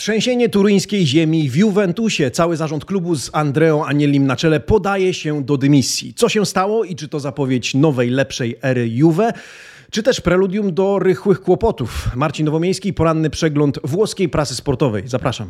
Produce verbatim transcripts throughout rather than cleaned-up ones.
Trzęsienie turyńskiej ziemi w Juventusie. Cały zarząd klubu z Andreą Agnellim na czele podaje się do dymisji. Co się stało i czy to zapowiedź nowej, lepszej ery Juve? Czy też preludium do rychłych kłopotów? Marcin Nowomiejski, poranny przegląd włoskiej prasy sportowej. Zapraszam.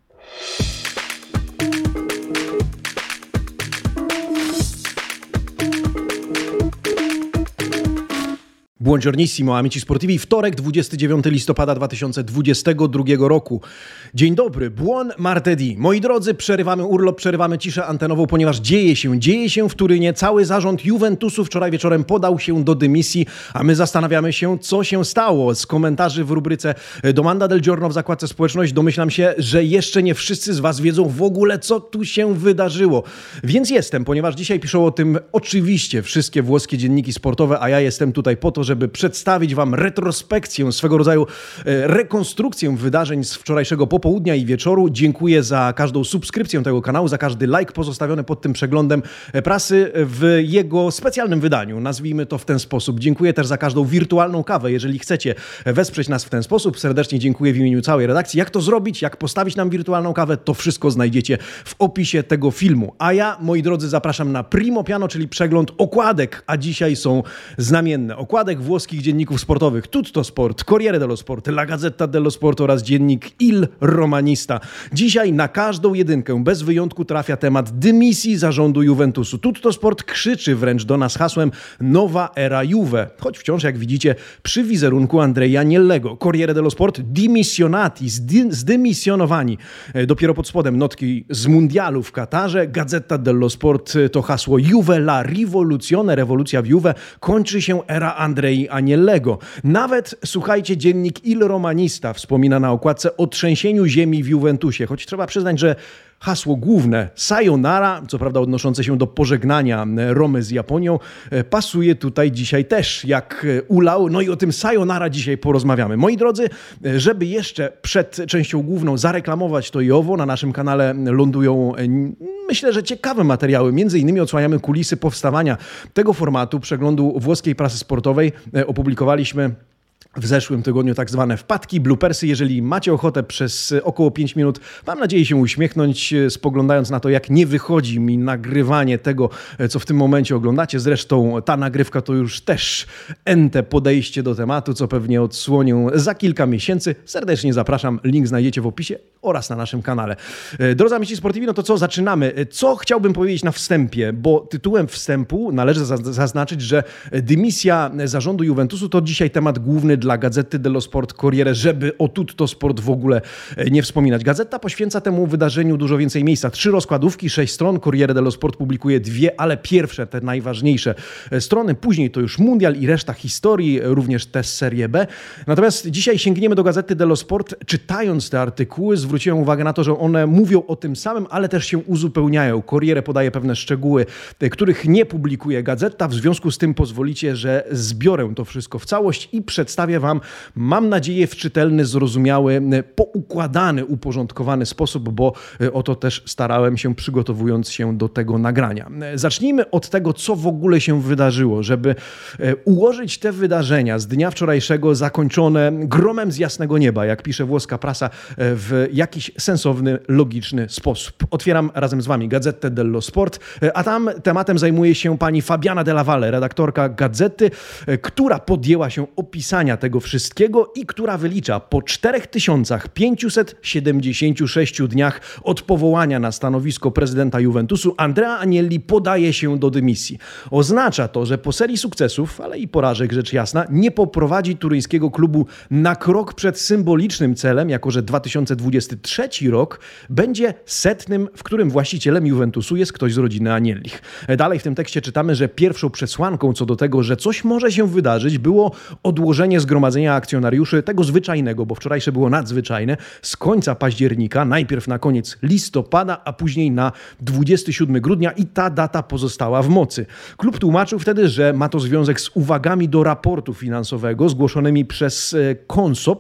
Buongiornissimo, amici sportivi. Wtorek, dwudziestego dziewiątego listopada dwa tysiące dwudziestego drugiego roku. Dzień dobry, buon martedì. Moi drodzy, przerywamy urlop, przerywamy ciszę antenową, ponieważ dzieje się, dzieje się w Turynie. Cały zarząd Juventusu wczoraj wieczorem podał się do dymisji, a my zastanawiamy się, co się stało. Z komentarzy w rubryce Domanda del Giorno w zakładce społeczność domyślam się, że jeszcze nie wszyscy z was wiedzą w ogóle, co tu się wydarzyło. Więc jestem, ponieważ dzisiaj piszą o tym oczywiście wszystkie włoskie dzienniki sportowe, a ja jestem tutaj po to, żeby żeby przedstawić wam retrospekcję, swego rodzaju rekonstrukcję wydarzeń z wczorajszego popołudnia i wieczoru. Dziękuję za każdą subskrypcję tego kanału, za każdy like pozostawiony pod tym przeglądem prasy w jego specjalnym wydaniu. Nazwijmy to w ten sposób. Dziękuję też za każdą wirtualną kawę. Jeżeli chcecie wesprzeć nas w ten sposób, serdecznie dziękuję w imieniu całej redakcji. Jak to zrobić? Jak postawić nam wirtualną kawę? To wszystko znajdziecie w opisie tego filmu. A ja, moi drodzy, zapraszam na Primo Piano, czyli przegląd okładek, a dzisiaj są znamienne. Okładek włoskich dzienników sportowych Tutto Sport, Corriere dello Sport, La Gazzetta dello Sport oraz dziennik Il Romanista. Dzisiaj na każdą jedynkę bez wyjątku trafia temat dymisji zarządu Juventusu. Tutto Sport krzyczy wręcz do nas hasłem Nowa era Juve, choć wciąż, jak widzicie, przy wizerunku Andrea Agnellego. Corriere dello Sport dimissionati, zdy, zdymisjonowani. Dopiero pod spodem notki z mundialu w Katarze. Gazzetta dello Sport to hasło Juve la rivoluzione, rewolucja w Juve, kończy się era Andrei Agnellego. Nawet, słuchajcie, dziennik Il Romanista wspomina na okładce o trzęsieniu ziemi w Juventusie, choć trzeba przyznać, że hasło główne sayonara, co prawda odnoszące się do pożegnania Romy z Japonią, pasuje tutaj dzisiaj też jak ulał. No i o tym sayonara dzisiaj porozmawiamy. Moi drodzy, żeby jeszcze przed częścią główną zareklamować to i owo, na naszym kanale lądują, myślę, że ciekawe materiały. Między innymi odsłaniamy kulisy powstawania tego formatu przeglądu włoskiej prasy sportowej. Opublikowaliśmy w zeszłym tygodniu tak zwane wpadki, bloopersy. Jeżeli macie ochotę przez około pięć minut, mam nadzieję się uśmiechnąć, spoglądając na to, jak nie wychodzi mi nagrywanie tego, co w tym momencie oglądacie. Zresztą ta nagrywka to już też ente podejście do tematu, co pewnie odsłonię za kilka miesięcy. Serdecznie zapraszam, link znajdziecie w opisie oraz na naszym kanale. Drodzy amici sportivi, no to co, zaczynamy. Co chciałbym powiedzieć na wstępie, bo tytułem wstępu należy zaznaczyć, że dymisja zarządu Juventusu to dzisiaj temat główny dla Gazzety dello Sport, Corriere, żeby o Tutto Sport w ogóle nie wspominać. Gazeta poświęca temu wydarzeniu dużo więcej miejsca. Trzy rozkładówki, sześć stron. Corriere dello Sport publikuje dwie, ale pierwsze, te najważniejsze strony. Później to już mundial i reszta historii, również te z Serie B. Natomiast dzisiaj sięgniemy do Gazety dello Sport. Czytając te artykuły, zwróciłem uwagę na to, że one mówią o tym samym, ale też się uzupełniają. Corriere podaje pewne szczegóły, których nie publikuje Gazeta. W związku z tym pozwolicie, że zbiorę to wszystko w całość i przedstawię wam, mam nadzieję, w czytelny, zrozumiały, poukładany, uporządkowany sposób, bo o to też starałem się, przygotowując się do tego nagrania. Zacznijmy od tego, co w ogóle się wydarzyło, żeby ułożyć te wydarzenia z dnia wczorajszego zakończone gromem z jasnego nieba, jak pisze włoska prasa, w jakiś sensowny, logiczny sposób. Otwieram razem z wami Gazetę dello Sport, a tam tematem zajmuje się pani Fabiana Della Valle, redaktorka Gazety, która podjęła się opisania tego wszystkiego i która wylicza po czterech tysiącach pięciuset siedemdziesięciu sześciu dniach od powołania na stanowisko prezydenta Juventusu Andrea Agnelli podaje się do dymisji. Oznacza to, że po serii sukcesów, ale i porażek, rzecz jasna, nie poprowadzi turyńskiego klubu na krok przed symbolicznym celem, jako że dwa tysiące dwudziesty trzeci rok będzie setnym, w którym właścicielem Juventusu jest ktoś z rodziny Agnellich. Dalej w tym tekście czytamy, że pierwszą przesłanką co do tego, że coś może się wydarzyć, było odłożenie zgromadzenia akcjonariuszy, tego zwyczajnego, bo wczorajsze było nadzwyczajne, z końca października, najpierw na koniec listopada, a później na dwudziestego siódmego grudnia i ta data pozostała w mocy. Klub tłumaczył wtedy, że ma to związek z uwagami do raportu finansowego zgłoszonymi przez Consop,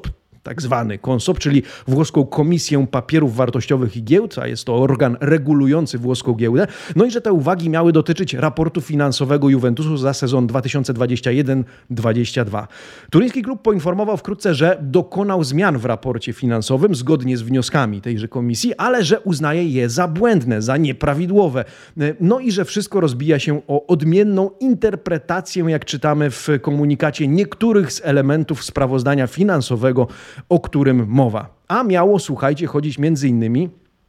tak zwany KONSOB, czyli włoską Komisję Papierów Wartościowych i Giełd, a jest to organ regulujący włoską giełdę. No i że te uwagi miały dotyczyć raportu finansowego Juventusu za sezon dwa tysiące dwudziesty pierwszy dwudziesty drugi. Turyński klub poinformował wkrótce, że dokonał zmian w raporcie finansowym zgodnie z wnioskami tejże komisji, ale że uznaje je za błędne, za nieprawidłowe. No i że wszystko rozbija się o odmienną interpretację, jak czytamy w komunikacie, niektórych z elementów sprawozdania finansowego, o którym mowa. A miało, słuchajcie, chodzić między innymi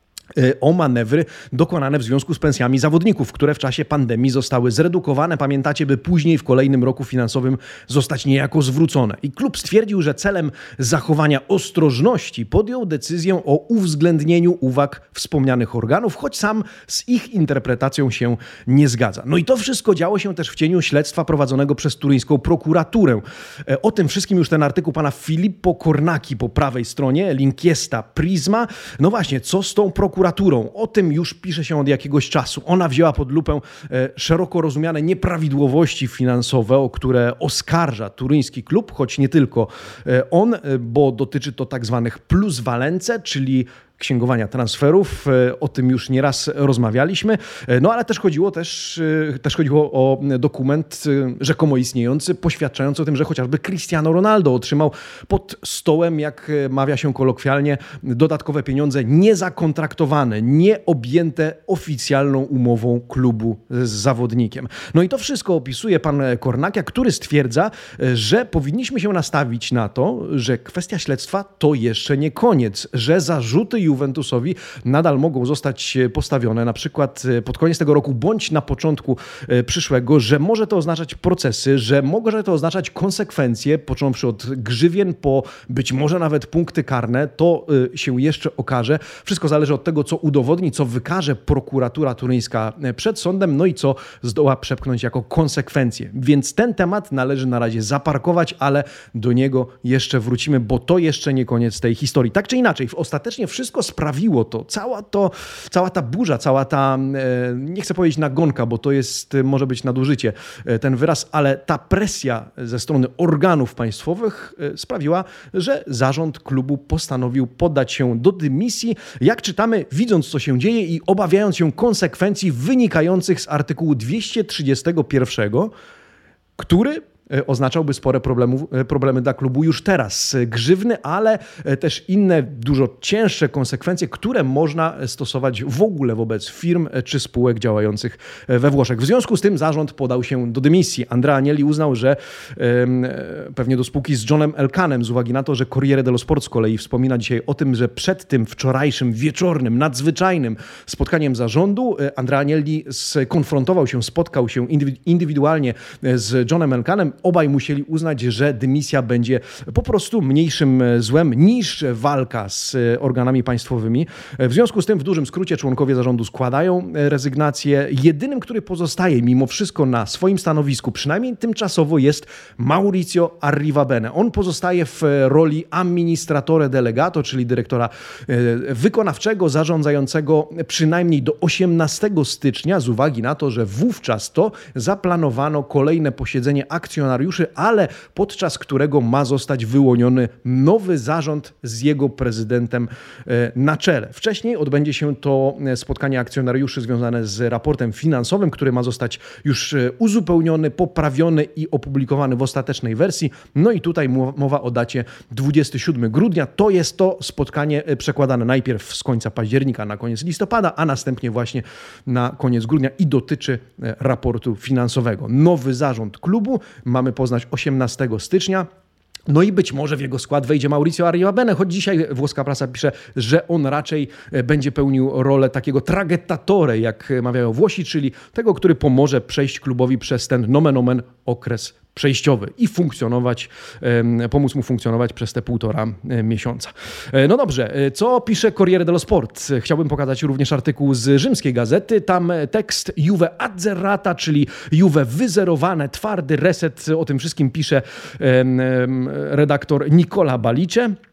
o manewry dokonane w związku z pensjami zawodników, które w czasie pandemii zostały zredukowane, pamiętacie, by później w kolejnym roku finansowym zostać niejako zwrócone. I klub stwierdził, że celem zachowania ostrożności podjął decyzję o uwzględnieniu uwag wspomnianych organów, choć sam z ich interpretacją się nie zgadza. No i to wszystko działo się też w cieniu śledztwa prowadzonego przez turyńską prokuraturę. O tym wszystkim już ten artykuł pana Filippo Cornacchi po prawej stronie, L'inchiesta Prisma. No właśnie, co z tą prokuraturą? Prokuraturą. O tym już pisze się od jakiegoś czasu. Ona wzięła pod lupę e, szeroko rozumiane nieprawidłowości finansowe, o które oskarża turyński klub, choć nie tylko e, on, e, bo dotyczy to tak zwanych plusvalence, czyli księgowania transferów. O tym już nieraz rozmawialiśmy. No ale też chodziło też, też chodziło o dokument rzekomo istniejący, poświadczający o tym, że chociażby Cristiano Ronaldo otrzymał pod stołem, jak mawia się kolokwialnie, dodatkowe pieniądze niezakontraktowane, nieobjęte oficjalną umową klubu z zawodnikiem. No i to wszystko opisuje pan Cornacchia, który stwierdza, że powinniśmy się nastawić na to, że kwestia śledztwa to jeszcze nie koniec, że zarzuty Juventusowi nadal mogą zostać postawione na przykład pod koniec tego roku bądź na początku przyszłego, że może to oznaczać procesy, że może to oznaczać konsekwencje, począwszy od grzywien po być może nawet punkty karne, to się jeszcze okaże. Wszystko zależy od tego, co udowodni, co wykaże prokuratura turyńska przed sądem, no i co zdoła przepchnąć jako konsekwencje. Więc ten temat należy na razie zaparkować, ale do niego jeszcze wrócimy, bo to jeszcze nie koniec tej historii. Tak czy inaczej, ostatecznie wszystko sprawiło to, cała, to, cała ta burza, cała ta, nie chcę powiedzieć nagonka, bo to jest, może być nadużycie ten wyraz, ale ta presja ze strony organów państwowych sprawiła, że zarząd klubu postanowił poddać się do dymisji, jak czytamy, widząc co się dzieje i obawiając się konsekwencji wynikających z artykułu dwieście trzydziestego pierwszego, który oznaczałby spore problemów, problemy dla klubu już teraz. Grzywny, ale też inne, dużo cięższe konsekwencje, które można stosować w ogóle wobec firm czy spółek działających we Włoszech. W związku z tym zarząd podał się do dymisji. Andrea Agnelli uznał, że e, pewnie do spółki z Johnem Elkanem, z uwagi na to, że Corriere dello Sport z kolei wspomina dzisiaj o tym, że przed tym wczorajszym, wieczornym, nadzwyczajnym spotkaniem zarządu Andrea Agnelli skonfrontował się, spotkał się indywidualnie z Johnem Elkanem. Obaj musieli uznać, że dymisja będzie po prostu mniejszym złem niż walka z organami państwowymi. W związku z tym w dużym skrócie członkowie zarządu składają rezygnację. Jedynym, który pozostaje mimo wszystko na swoim stanowisku, przynajmniej tymczasowo, jest Maurizio Arrivabene. On pozostaje w roli amministratore delegato, czyli dyrektora wykonawczego, zarządzającego przynajmniej do osiemnastego stycznia, z uwagi na to, że wówczas to zaplanowano kolejne posiedzenie akcjonariuszy, ale podczas którego ma zostać wyłoniony nowy zarząd z jego prezydentem na czele. Wcześniej odbędzie się to spotkanie akcjonariuszy związane z raportem finansowym, który ma zostać już uzupełniony, poprawiony i opublikowany w ostatecznej wersji. No i tutaj mowa o dacie dwudziestego siódmego grudnia. To jest to spotkanie przekładane najpierw z końca października na koniec listopada, a następnie właśnie na koniec grudnia i dotyczy raportu finansowego. Nowy zarząd klubu mamy poznać osiemnastego stycznia. No i być może w jego skład wejdzie Maurizio Arrivabene, choć dzisiaj włoska prasa pisze, że on raczej będzie pełnił rolę takiego traghettatore, jak mawiają Włosi, czyli tego, który pomoże przejść klubowi przez ten nomen omen okres przejściowy i funkcjonować, pomóc mu funkcjonować przez te półtora miesiąca. No dobrze, co pisze Corriere dello Sport? Chciałbym pokazać również artykuł z rzymskiej gazety. Tam tekst Juve azzerrata, czyli Juve wyzerowane, twardy reset. O tym wszystkim pisze redaktor Nicola Balice.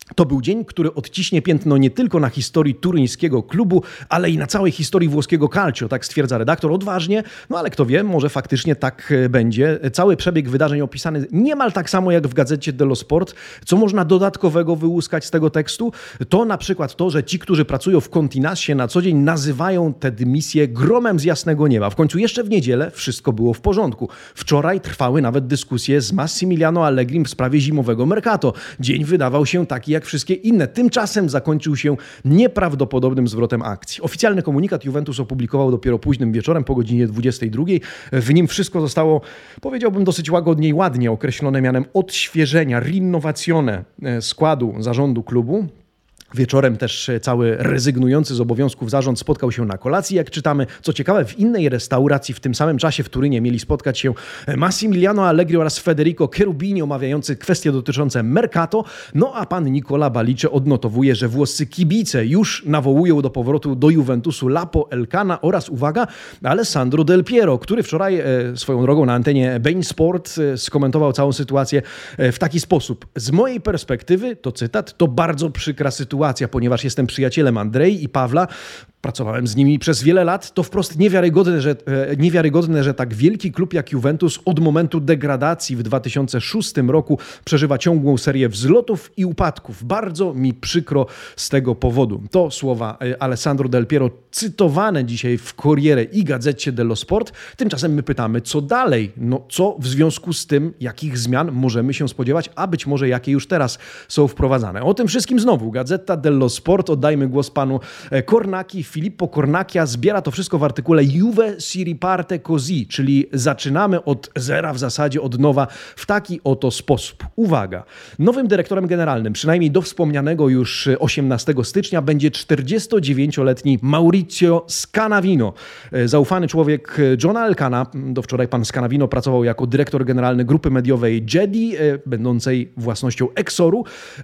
To był dzień, który odciśnie piętno nie tylko na historii turyńskiego klubu, ale i na całej historii włoskiego calcio, tak stwierdza redaktor odważnie, no ale kto wie, może faktycznie tak będzie. Cały przebieg wydarzeń opisany niemal tak samo jak w gazecie dello Sport. Co można dodatkowego wyłuskać z tego tekstu? To na przykład to, że ci, którzy pracują w Continassie na co dzień nazywają tę dymisję gromem z jasnego nieba. W końcu jeszcze w niedzielę wszystko było w porządku. Wczoraj trwały nawet dyskusje z Massimiliano Allegrim w sprawie zimowego mercato. Dzień wydawał się taki jak wszystkie inne. Tymczasem zakończył się nieprawdopodobnym zwrotem akcji. Oficjalny komunikat Juventus opublikował dopiero późnym wieczorem po godzinie dwudziestej drugiej. W nim wszystko zostało, powiedziałbym, dosyć łagodnie i ładnie określone mianem odświeżenia, rinnovazione składu zarządu klubu. Wieczorem też cały rezygnujący z obowiązków zarząd spotkał się na kolacji, jak czytamy. Co ciekawe, w innej restauracji w tym samym czasie w Turynie mieli spotkać się Massimiliano Allegri oraz Federico Cherubini, omawiający kwestie dotyczące mercato. No a pan Nicola Balice odnotowuje, że włoscy kibice już nawołują do powrotu do Juventusu Lapo Elkana oraz, uwaga, Alessandro Del Piero, który wczoraj e, swoją drogą na antenie beIN Sport e, skomentował całą sytuację e, w taki sposób. Z mojej perspektywy, to cytat, to bardzo przykra sytuacja, ponieważ jestem przyjacielem Andrei i Pawła, pracowałem z nimi przez wiele lat, to wprost niewiarygodne, że, niewiarygodne, że tak wielki klub jak Juventus od momentu degradacji w dwa tysiące szóstym roku przeżywa ciągłą serię wzlotów i upadków. Bardzo mi przykro z tego powodu. To słowa Alessandro Del Piero cytowane dzisiaj w Corriere i Gazecie dello Sport. Tymczasem my pytamy, co dalej? No co w związku z tym, jakich zmian możemy się spodziewać, a być może jakie już teraz są wprowadzane. O tym wszystkim znowu Gazeta dello Sport. Oddajmy głos panu Cornacchi. Filippo Cornacchia zbiera to wszystko w artykule Juve si riparte così, czyli zaczynamy od zera, w zasadzie od nowa, w taki oto sposób. Uwaga, nowym dyrektorem generalnym, przynajmniej do wspomnianego już osiemnastego stycznia, będzie czterdziestodziewięcioletni Maurizio Scanavino. Zaufany człowiek Johna Elkana, do wczoraj pan Scanavino pracował jako dyrektor generalny grupy mediowej Jedi, będącej własnością Exoru.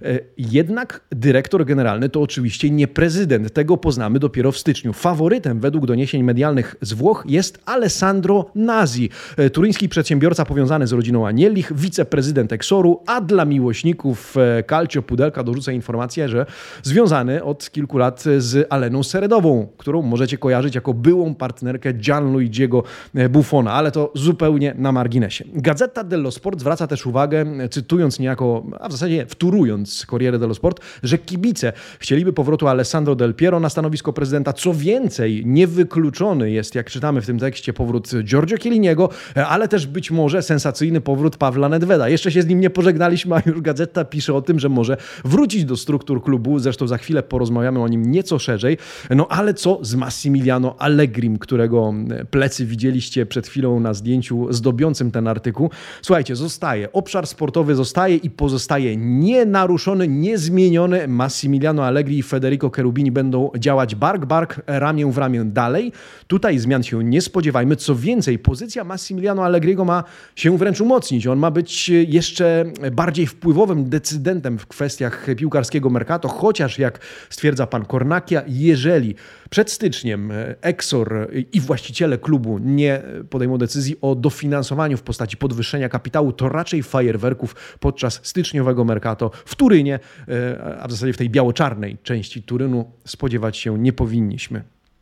Jednak dyrektor generalny to oczywiście nie prezydent, tego poznamy dopiero w styczniu. Faworytem według doniesień medialnych z Włoch jest Alessandro Nasi, turyński przedsiębiorca powiązany z rodziną Agnellich, wiceprezydent Exoru, a dla miłośników calcio pudelka dorzucę informację, że związany od kilku lat z Aleną Seredową, którą możecie kojarzyć jako byłą partnerkę Gianluigiego Buffona, ale to zupełnie na marginesie. Gazeta dello Sport zwraca też uwagę, cytując niejako, a w zasadzie wtórując Corriere dello Sport, że kibice chcieliby powrotu Alessandro Del Piero na stanowisko prezydenta. Co więcej, niewykluczony jest, jak czytamy w tym tekście, powrót Giorgio Chielliniego, ale też być może sensacyjny powrót Pawła Nedveda. Jeszcze się z nim nie pożegnaliśmy, a już Gazeta pisze o tym, że może wrócić do struktur klubu. Zresztą za chwilę porozmawiamy o nim nieco szerzej. No ale co z Massimiliano Allegrim, którego plecy widzieliście przed chwilą na zdjęciu zdobiącym ten artykuł? Słuchajcie, zostaje. Obszar sportowy zostaje i pozostaje nienaruszony, niezmieniony. Massimiliano Allegri i Federico Cherubini będą działać bark bark, ramię w ramię dalej. Tutaj zmian się nie spodziewajmy. Co więcej, pozycja Massimiliano Allegriego ma się wręcz umocnić. On ma być jeszcze bardziej wpływowym decydentem w kwestiach piłkarskiego mercato, chociaż jak stwierdza pan Cornacchia, jeżeli przed styczniem Exor i właściciele klubu nie podejmą decyzji o dofinansowaniu w postaci podwyższenia kapitału, to raczej fajerwerków podczas styczniowego mercato w Turynie, a w zasadzie w tej biało-czarnej części Turynu spodziewać się nie powinniśmy.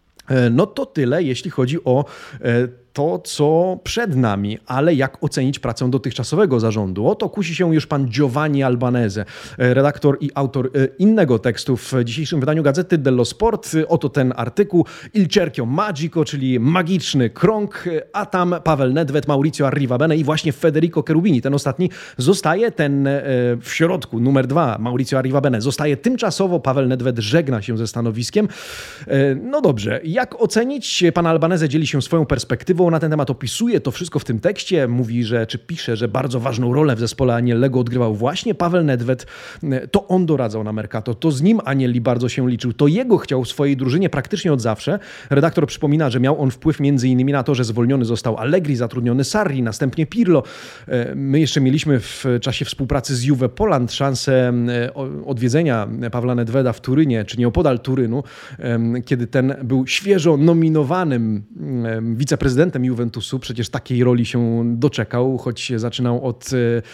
No to tyle, jeśli chodzi o to, co przed nami, ale jak ocenić pracę dotychczasowego zarządu? O to kusi się już pan Giovanni Albanese, redaktor i autor innego tekstu w dzisiejszym wydaniu Gazety dello Sport. Oto ten artykuł. Il cerchio magico, czyli magiczny krąg, a tam Paweł Nedved, Maurizio Arrivabene i właśnie Federico Cherubini. Ten ostatni zostaje, ten w środku, numer dwa, Maurizio Arrivabene, zostaje tymczasowo. Paweł Nedved żegna się ze stanowiskiem. No dobrze, jak ocenić? Pan Albanese dzieli się swoją perspektywą na ten temat, opisuje to wszystko w tym tekście, mówi, że, czy pisze, że bardzo ważną rolę w zespole Agnellego odgrywał właśnie Paweł Nedved. To on doradzał na mercato, to z nim Agnelli bardzo się liczył, to jego chciał w swojej drużynie praktycznie od zawsze. Redaktor przypomina, że miał on wpływ między innymi na to, że zwolniony został Allegri, zatrudniony Sarri, następnie Pirlo. My jeszcze mieliśmy w czasie współpracy z Juve Poland szansę odwiedzenia Pawła Nedveda w Turynie, czy nieopodal Turynu, kiedy ten był świeżo nominowanym wiceprezydentem prezydentem Juventusu, przecież takiej roli się doczekał, choć zaczynał od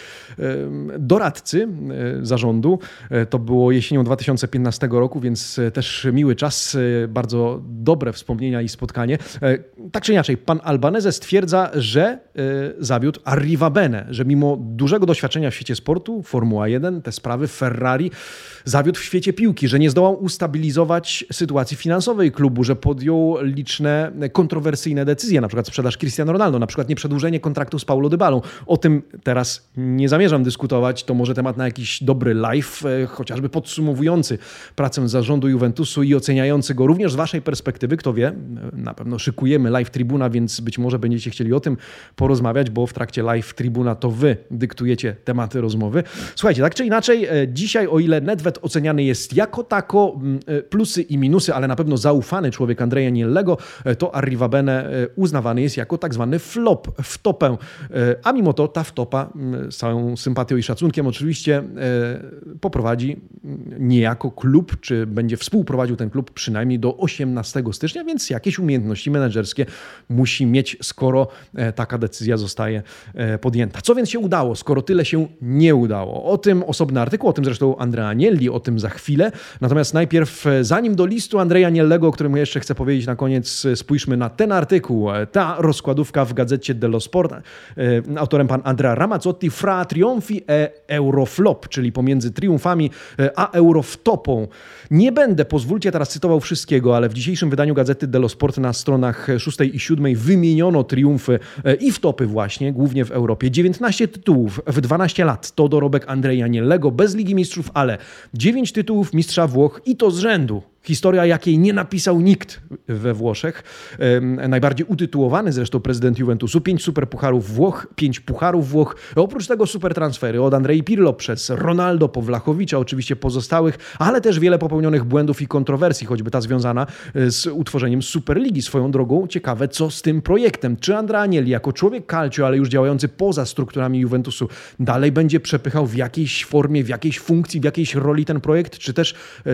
doradcy zarządu. To było jesienią dwa tysiące piętnastego roku, więc też miły czas, bardzo dobre wspomnienia i spotkanie. Tak czy inaczej, pan Albanese stwierdza, że zawiódł Arrivabene, że mimo dużego doświadczenia w świecie sportu, Formuła jeden, te sprawy, Ferrari, zawiódł w świecie piłki, że nie zdołał ustabilizować sytuacji finansowej klubu, że podjął liczne kontrowersyjne decyzje, na przykład sprzedaż Cristiano Ronaldo, na przykład nieprzedłużenie kontraktu z Paulo Dybalą. O tym teraz nie zamierzam dyskutować, to może temat na jakiś dobry live, chociażby podsumowujący pracę zarządu Juventusu i oceniający go również z waszej perspektywy, kto wie, na pewno szykujemy live tribuna, więc być może będziecie chcieli o tym porozmawiać, bo w trakcie live tribuna to wy dyktujecie tematy rozmowy. Słuchajcie, tak czy inaczej, dzisiaj o ile Nedved oceniany jest jako tako, plusy i minusy, ale na pewno zaufany człowiek Andrea Agnellego, to Arrivabene uznawany jest jako tak zwany flop, wtopę. A mimo to ta wtopa, z całą sympatią i szacunkiem oczywiście, poprowadzi niejako klub, czy będzie współprowadził ten klub przynajmniej do osiemnastego stycznia, więc jakieś umiejętności menedżerskie musi mieć, skoro taka decyzja zostaje podjęta. Co więc się udało, skoro tyle się nie udało? O tym osobny artykuł, o tym zresztą Andrea Agnelli, o tym za chwilę. Natomiast najpierw, zanim do listu Andrea Agnellego, o którym jeszcze chcę powiedzieć na koniec, spójrzmy na ten artykuł. Ta rozkładówka w gazecie dello Sport, autorem pan Andrea Ramazzotti, fra triumfi e euroflop, czyli pomiędzy triumfami a eurowtopą. Nie będę, pozwólcie, teraz cytował wszystkiego, ale w dzisiejszym wydaniu gazety dello Sport na stronach szóstej i siódmej wymieniono triumfy i wtopy właśnie, głównie w Europie. dziewiętnaście tytułów w dwanaście lat to dorobek Andrea Agnellego, bez Ligi Mistrzów, ale dziewięć tytułów mistrza Włoch i to z rzędu. Historia, jakiej nie napisał nikt we Włoszech. Najbardziej utytułowany zresztą prezydent Juventusu. Pięć superpucharów Włoch, pięć pucharów Włoch. Oprócz tego super transfery od Andrei Pirlo przez Ronaldo po Vlachowicza, oczywiście pozostałych, ale też wiele popełnionych błędów i kontrowersji, choćby ta związana z utworzeniem Superligi. Swoją drogą ciekawe, co z tym projektem. Czy Andrea Agnelli jako człowiek calcio, ale już działający poza strukturami Juventusu, dalej będzie przepychał w jakiejś formie, w jakiejś funkcji, w jakiejś roli ten projekt, czy też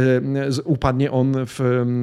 e, upadnie on w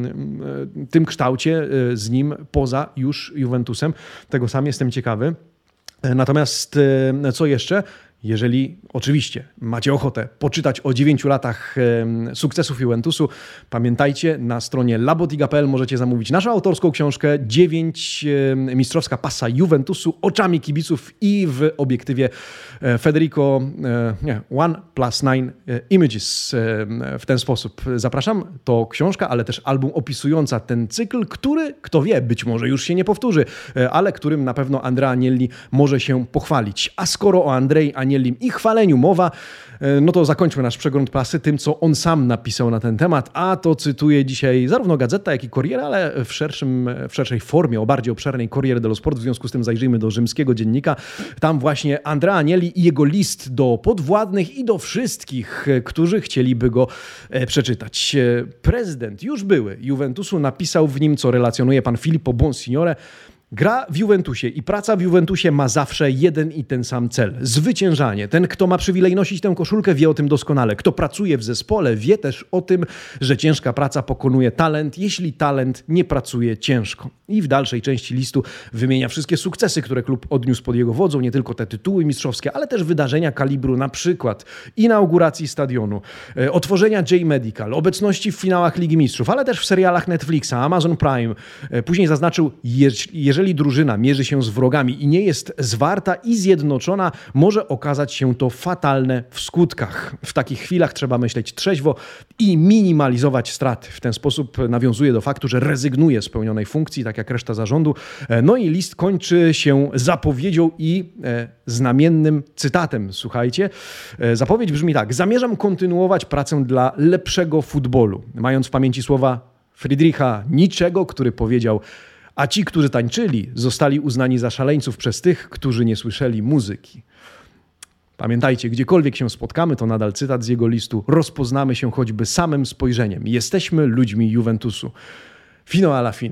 tym kształcie z nim poza już Juventusem. Tego sam jestem ciekawy. Natomiast co jeszcze? Jeżeli oczywiście macie ochotę poczytać o dziewięciu latach sukcesów Juventusu, pamiętajcie, na stronie labotiga kropka p l możecie zamówić naszą autorską książkę dziewięć mistrzowska pasa Juventusu oczami kibiców i w obiektywie Federico nie, One plus Nine Images. W ten sposób zapraszam. To książka, ale też album opisująca ten cykl, który, kto wie, być może już się nie powtórzy, ale którym na pewno Andrea Agnelli może się pochwalić. A skoro o Andrei Agnelli i chwaleniu mowa, no to zakończmy nasz przegląd prasy tym, co on sam napisał na ten temat, a to cytuję dzisiaj zarówno Gazeta, jak i Corriere, ale w, szerszym, w szerszej formie, o bardziej obszernej Corriere dello Sport, w związku z tym zajrzyjmy do rzymskiego dziennika. Tam właśnie Andrea Agnelli i jego list do podwładnych i do wszystkich, którzy chcieliby go przeczytać. Prezydent już były Juventusu napisał w nim, co relacjonuje pan Filippo Bonsignore: gra w Juventusie i praca w Juventusie ma zawsze jeden i ten sam cel. Zwyciężanie. Ten, kto ma przywilej nosić tę koszulkę, wie o tym doskonale. Kto pracuje w zespole, wie też o tym, że ciężka praca pokonuje talent, jeśli talent nie pracuje ciężko. I w dalszej części listu wymienia wszystkie sukcesy, które klub odniósł pod jego wodzą, nie tylko te tytuły mistrzowskie, ale też wydarzenia kalibru, na przykład inauguracji stadionu, otworzenia J-Medical, obecności w finałach Ligi Mistrzów, ale też w serialach Netflixa, Amazon Prime. Później zaznaczył, jeżeli Jeżeli drużyna mierzy się z wrogami i nie jest zwarta i zjednoczona, może okazać się to fatalne w skutkach. W takich chwilach trzeba myśleć trzeźwo i minimalizować straty. W ten sposób nawiązuje do faktu, że rezygnuje z pełnionej funkcji, tak jak reszta zarządu. No i list kończy się zapowiedzią i e, znamiennym cytatem. Słuchajcie, e, zapowiedź brzmi tak: zamierzam kontynuować pracę dla lepszego futbolu. Mając w pamięci słowa Friedricha Nietzschego, który powiedział: a ci, którzy tańczyli, zostali uznani za szaleńców przez tych, którzy nie słyszeli muzyki. Pamiętajcie, gdziekolwiek się spotkamy, to nadal cytat z jego listu, rozpoznamy się choćby samym spojrzeniem. Jesteśmy ludźmi Juventusu. Fino alla fine.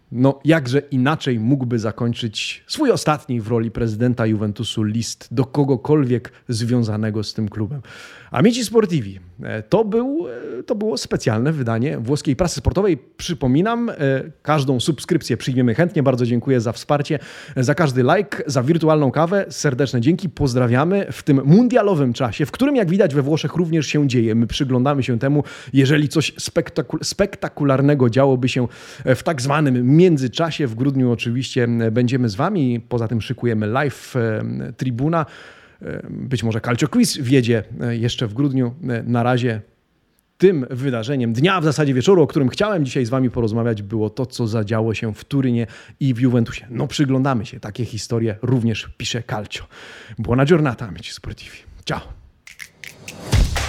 no jakże inaczej mógłby zakończyć swój ostatni w roli prezydenta Juventusu list do kogokolwiek związanego z tym klubem. Amici Sportivi, to, był, to było specjalne wydanie włoskiej prasy sportowej. Przypominam, każdą subskrypcję przyjmiemy chętnie. Bardzo dziękuję za wsparcie, za każdy like, za wirtualną kawę. Serdeczne dzięki, pozdrawiamy w tym mundialowym czasie, w którym jak widać we Włoszech również się dzieje. My przyglądamy się temu, jeżeli coś spektakul- spektakularnego działoby się w tak zwanym międzyczasie. W grudniu oczywiście będziemy z wami. Poza tym szykujemy live tribuna. Być może Calcio Quiz wjedzie jeszcze w grudniu. Na razie tym wydarzeniem dnia, w zasadzie wieczoru, o którym chciałem dzisiaj z wami porozmawiać, było to, co zadziało się w Turynie i w Juventusie. No przyglądamy się. Takie historie również pisze Calcio. Buona giornata, amici sportivi. Ciao.